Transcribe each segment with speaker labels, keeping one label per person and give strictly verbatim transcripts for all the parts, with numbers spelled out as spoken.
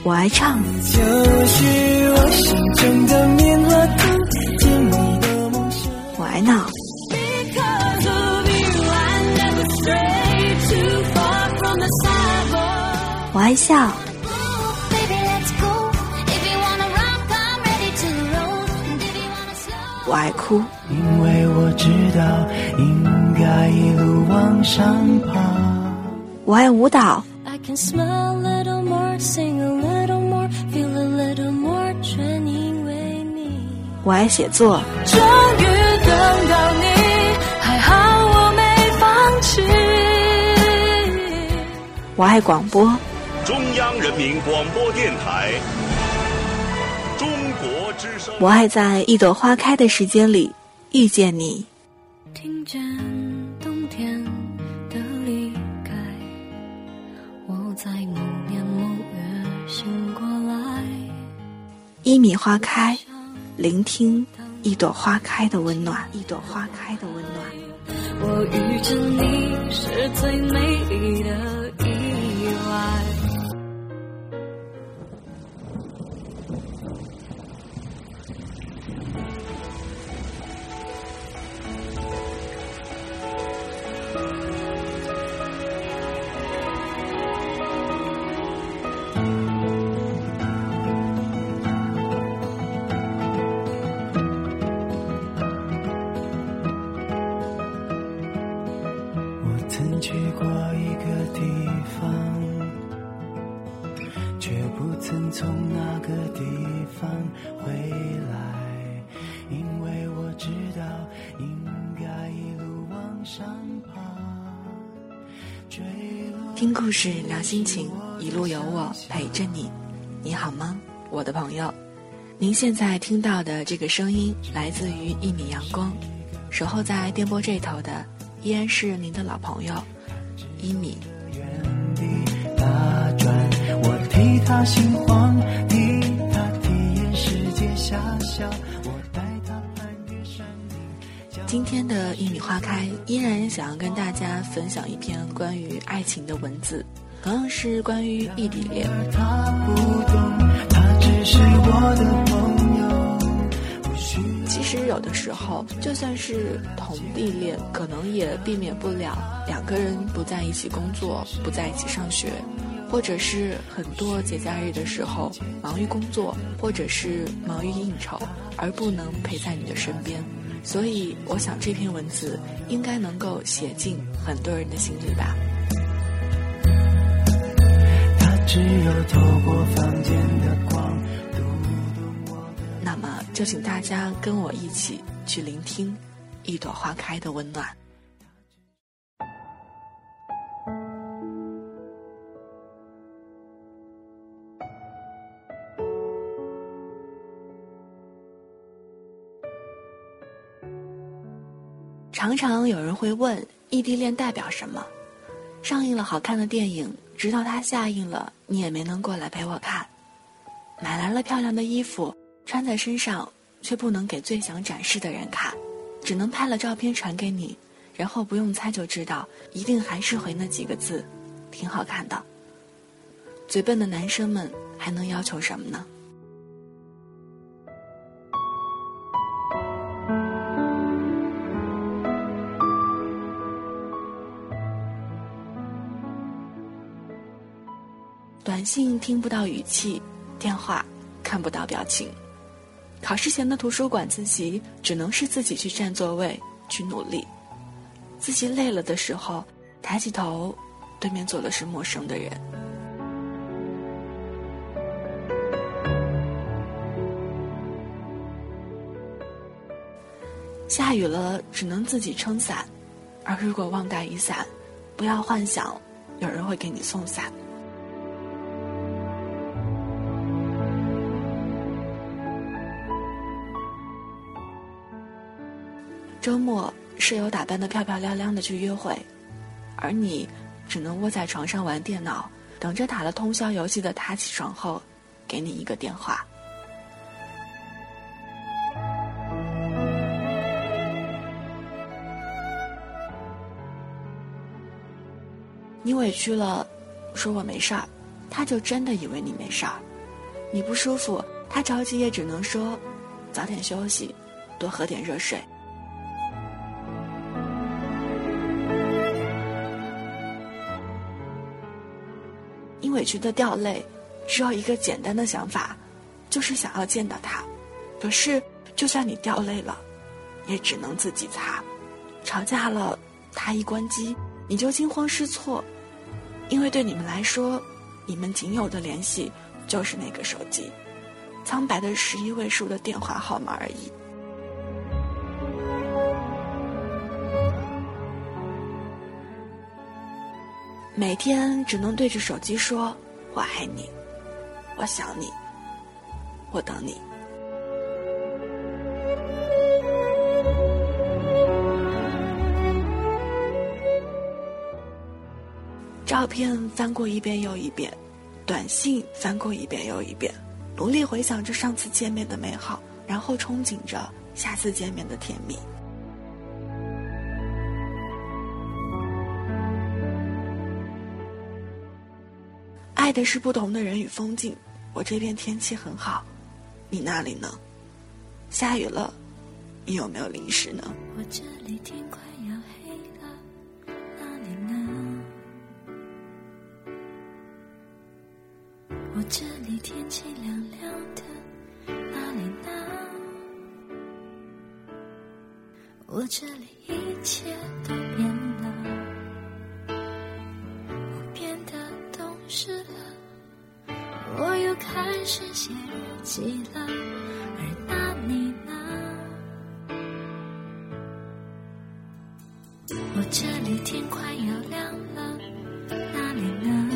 Speaker 1: 我爱唱，
Speaker 2: 就是我心中的棉花糖，甜蜜的梦想。
Speaker 1: 我爱闹，我爱笑，我爱哭，
Speaker 2: 因为我知道应该一路往上爬。
Speaker 1: 我爱舞蹈，我爱写作，
Speaker 2: 终于等到你，还好我没放弃。
Speaker 1: 我爱广播，
Speaker 3: 中央人民广播电台中国之声。
Speaker 1: 我爱在一朵花开的时间里遇见你。
Speaker 2: 听见冬天的离开，我在某年某月醒过来。
Speaker 1: 一米花开，聆听一朵花开的温暖，一朵花开的温暖。
Speaker 2: 我遇见你是最美丽的意外。曾去过一个地方，却不曾从那个地方回来，因为我知道应该一路往上爬。
Speaker 1: 听故事聊心情，一路有我陪着你。你好吗，我的朋友？您现在听到的这个声音来自于一米阳光，守候在电波这头的依然是您的老朋友一米。
Speaker 2: 原地打转，我替他心慌，替他体验世界遐想，我带他攀越山顶。
Speaker 1: 今天的一米花开依然想要跟大家分享一篇关于爱情的文字，同样是关于异地恋。
Speaker 2: 他不懂，他只是我的朋友。
Speaker 1: 其实有的时候就算是同地恋，可能也避免不了两个人不在一起工作，不在一起上学，或者是很多节假日的时候忙于工作，或者是忙于应酬，而不能陪在你的身边。所以我想这篇文字应该能够写进很多人的心里吧。
Speaker 2: 他只有透过房间的光，
Speaker 1: 那么就请大家跟我一起去聆听一朵花开的温暖。常常有人会问，异地恋代表什么？上映了好看的电影，直到它下映了，你也没能过来陪我看。买来了漂亮的衣服，穿在身上却不能给最想展示的人看，只能拍了照片传给你，然后不用猜就知道，一定还是回那几个字，挺好看的。嘴笨的男生们还能要求什么呢？短信听不到语气，电话看不到表情。考试前的图书馆自习，只能是自己去占座位，去努力。自习累了的时候，抬起头，对面坐的是陌生的人。下雨了，只能自己撑伞，而如果忘带雨伞，不要幻想有人会给你送伞。周末，室友打扮得漂漂亮亮的去约会，而你只能窝在床上玩电脑，等着打了通宵游戏的他起床后，给你一个电话。你委屈了，说我没事儿，他就真的以为你没事儿， 你不舒服，他着急也只能说早点休息，多喝点热水。你委屈的掉泪，只有一个简单的想法，就是想要见到他。可是就算你掉泪了，也只能自己擦。吵架了，他一关机，你就惊慌失措，因为对你们来说，你们仅有的联系就是那个手机，苍白的十一位数的电话号码而已。每天只能对着手机说我爱你，我想你，我等你。照片翻过一遍又一遍，短信翻过一遍又一遍，努力回想着上次见面的美好，然后憧憬着下次见面的甜蜜。爱的是不同的人与风景，我这边天气很好，你那里呢？下雨了，你有没有淋湿呢？
Speaker 4: 我这里天快要黑了，那里呢？我这里天气凉凉的，那里呢？我这里一切都变了，我变得懂事了，我又开始写日记了，而那你呢？我这里天快要亮了，那里呢？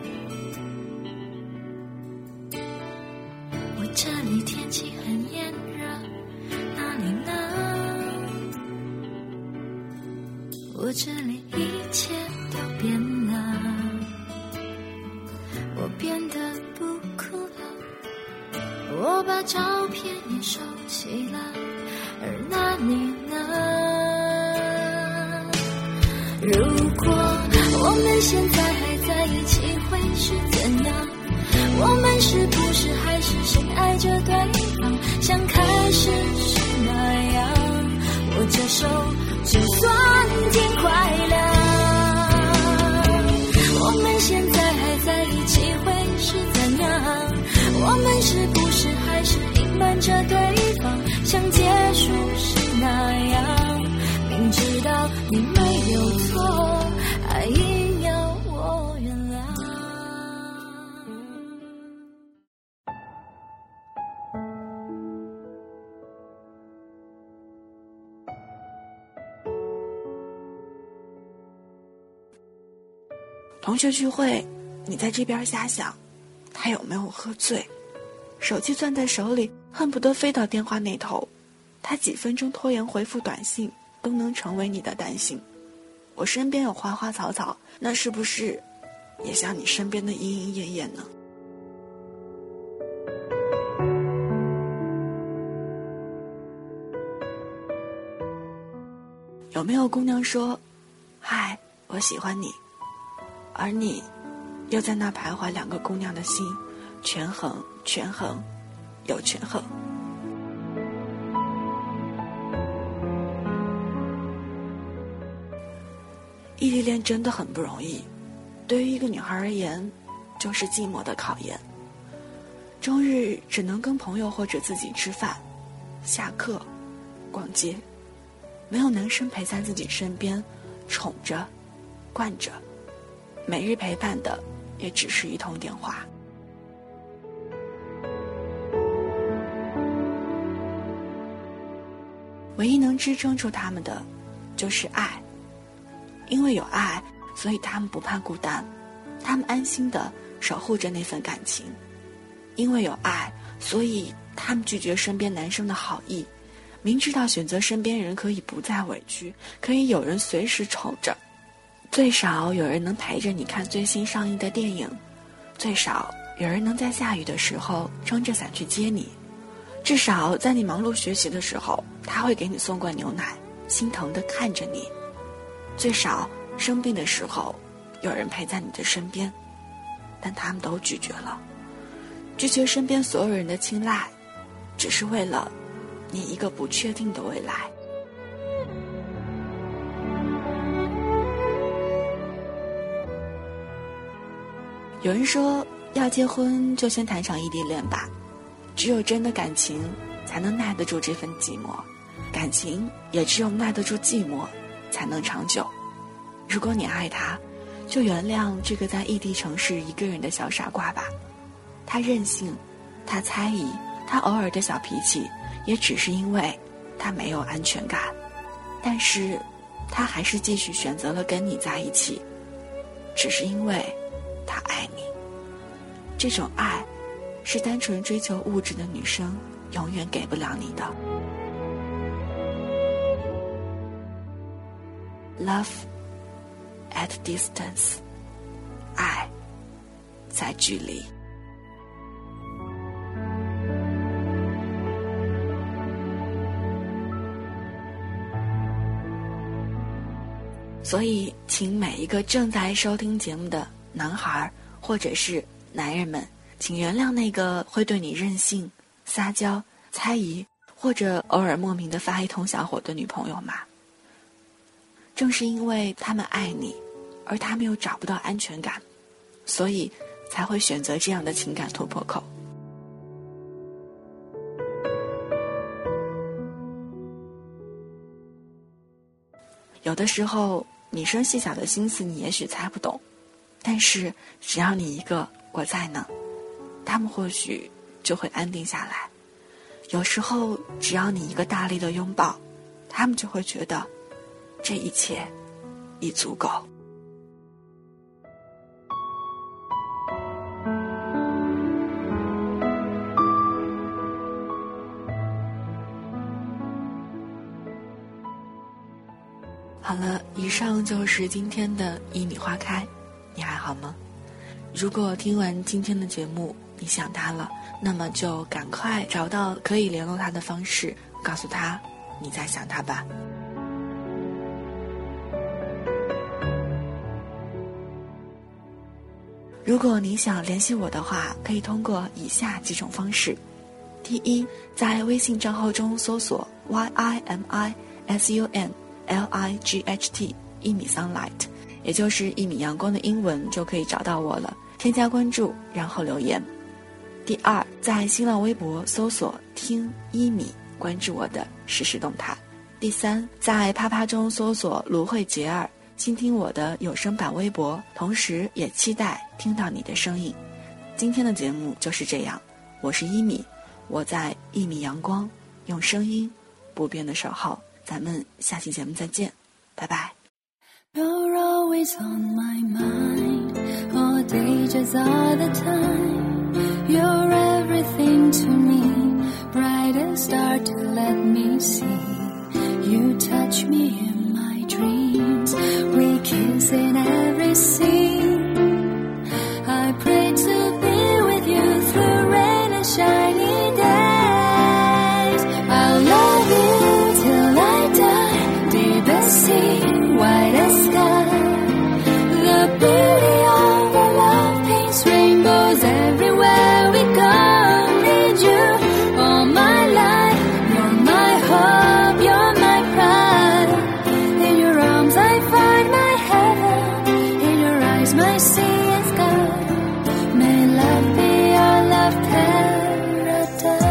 Speaker 4: 我这里天气很炎热，那里呢？我这里一切都变了，我变得不哭了，我把照片也收起了，而那你呢？如果我们现在还在一起会是怎样？我们是不是还是深爱着对方，像开始时那样，握着手就算天快亮。我们现在还在一起会是怎样？我们是不是还是隐瞒着对方，像结束时那样，明知道你没有错，还硬要我原谅。
Speaker 1: 同学聚会，你在这边瞎想，他有没有喝醉？手机攥在手里，恨不得飞到电话那头。他几分钟拖延回复短信，都能成为你的担心。我身边有花花草草，那是不是也像你身边的莺莺燕燕呢？有没有姑娘说嗨，我喜欢你，而你又在那徘徊两个姑娘的心，权衡权衡又权衡。异地恋真的很不容易，对于一个女孩而言，就是寂寞的考验。终日只能跟朋友或者自己吃饭、下课、逛街，没有男生陪在自己身边，宠着、惯着，每日陪伴的也只是一通电话。唯一能支撑住他们的，就是爱。因为有爱，所以他们不怕孤单，他们安心地守护着那份感情。因为有爱，所以他们拒绝身边男生的好意，明知道选择身边人可以不再委屈，可以有人随时宠着，最少有人能陪着你看最新上映的电影，最少有人能在下雨的时候撑着伞去接你，至少在你忙碌学习的时候，他会给你送罐牛奶，心疼地看着你，最少生病的时候有人陪在你的身边。但他们都拒绝了， 拒绝身边所有人的青睐，只是为了你一个不确定的未来。有人说，要结婚就先谈场异地恋吧，只有真的感情才能耐得住这份寂寞，感情也只有耐得住寂寞才能长久。如果你爱他，就原谅这个在异地城市一个人的小傻瓜吧。他任性，他猜疑，他偶尔的小脾气，也只是因为他没有安全感。但是他还是继续选择了跟你在一起，只是因为他爱你。这种爱是单纯追求物质的女生永远给不了你的。 Love at distance， 爱在距离。所以请每一个正在收听节目的男孩或者是男人们，请原谅那个会对你任性、撒娇、猜疑，或者偶尔莫名的发一通小火的女朋友嘛。正是因为他们爱你，而他们又找不到安全感，所以才会选择这样的情感突破口。有的时候女生细小的心思你也许猜不懂，但是只要你一个我在呢，他们或许就会安定下来。有时候只要你一个大力的拥抱，他们就会觉得这一切已足够。好了，以上就是今天的一米花开，你还好吗？如果听完今天的节目你想他了，那么就赶快找到可以联络他的方式，告诉他你在想他吧。如果你想联系我的话，可以通过以下几种方式。第一，在微信账号中搜索 Y I M I S U N L I G H T 一米 sunlight， 也就是一米阳光的英文，就可以找到我了。添加关注，然后留言。第二，在新浪微博搜索听一米，关注我的实时动态。第三，在啪啪中搜索芦荟杰儿，倾听我的有声版微博，同时也期待听到你的声音。今天的节目就是这样，我是一米，我在一米阳光，用声音不变的守候。咱们下期节目再见，拜拜。
Speaker 4: You're always on my mind, all day just all the time. You're everything to me, brightest star to let me see. You touch me in my dreams, we kiss in every scene. I pray to be with you through rain and shiny days. I'll love you till I die, deepest sea, whitest sky. The beauty of our love paints rainbows everywhere we go. Need you all my life, you're my hope, you're my pride. In your arms I find my heaven, in your eyes my sea and sky. May love be our love paradise.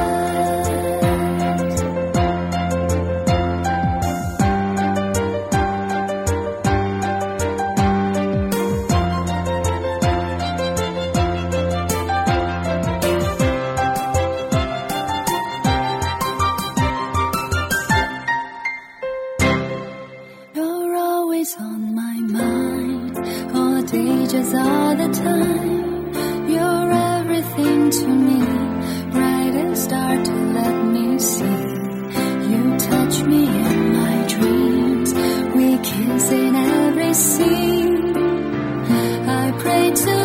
Speaker 4: You're always on my mind, all day just all the time. You're everything to me, brightest star to let me see. You touch me in my dreams, we kiss in every scene. I pray to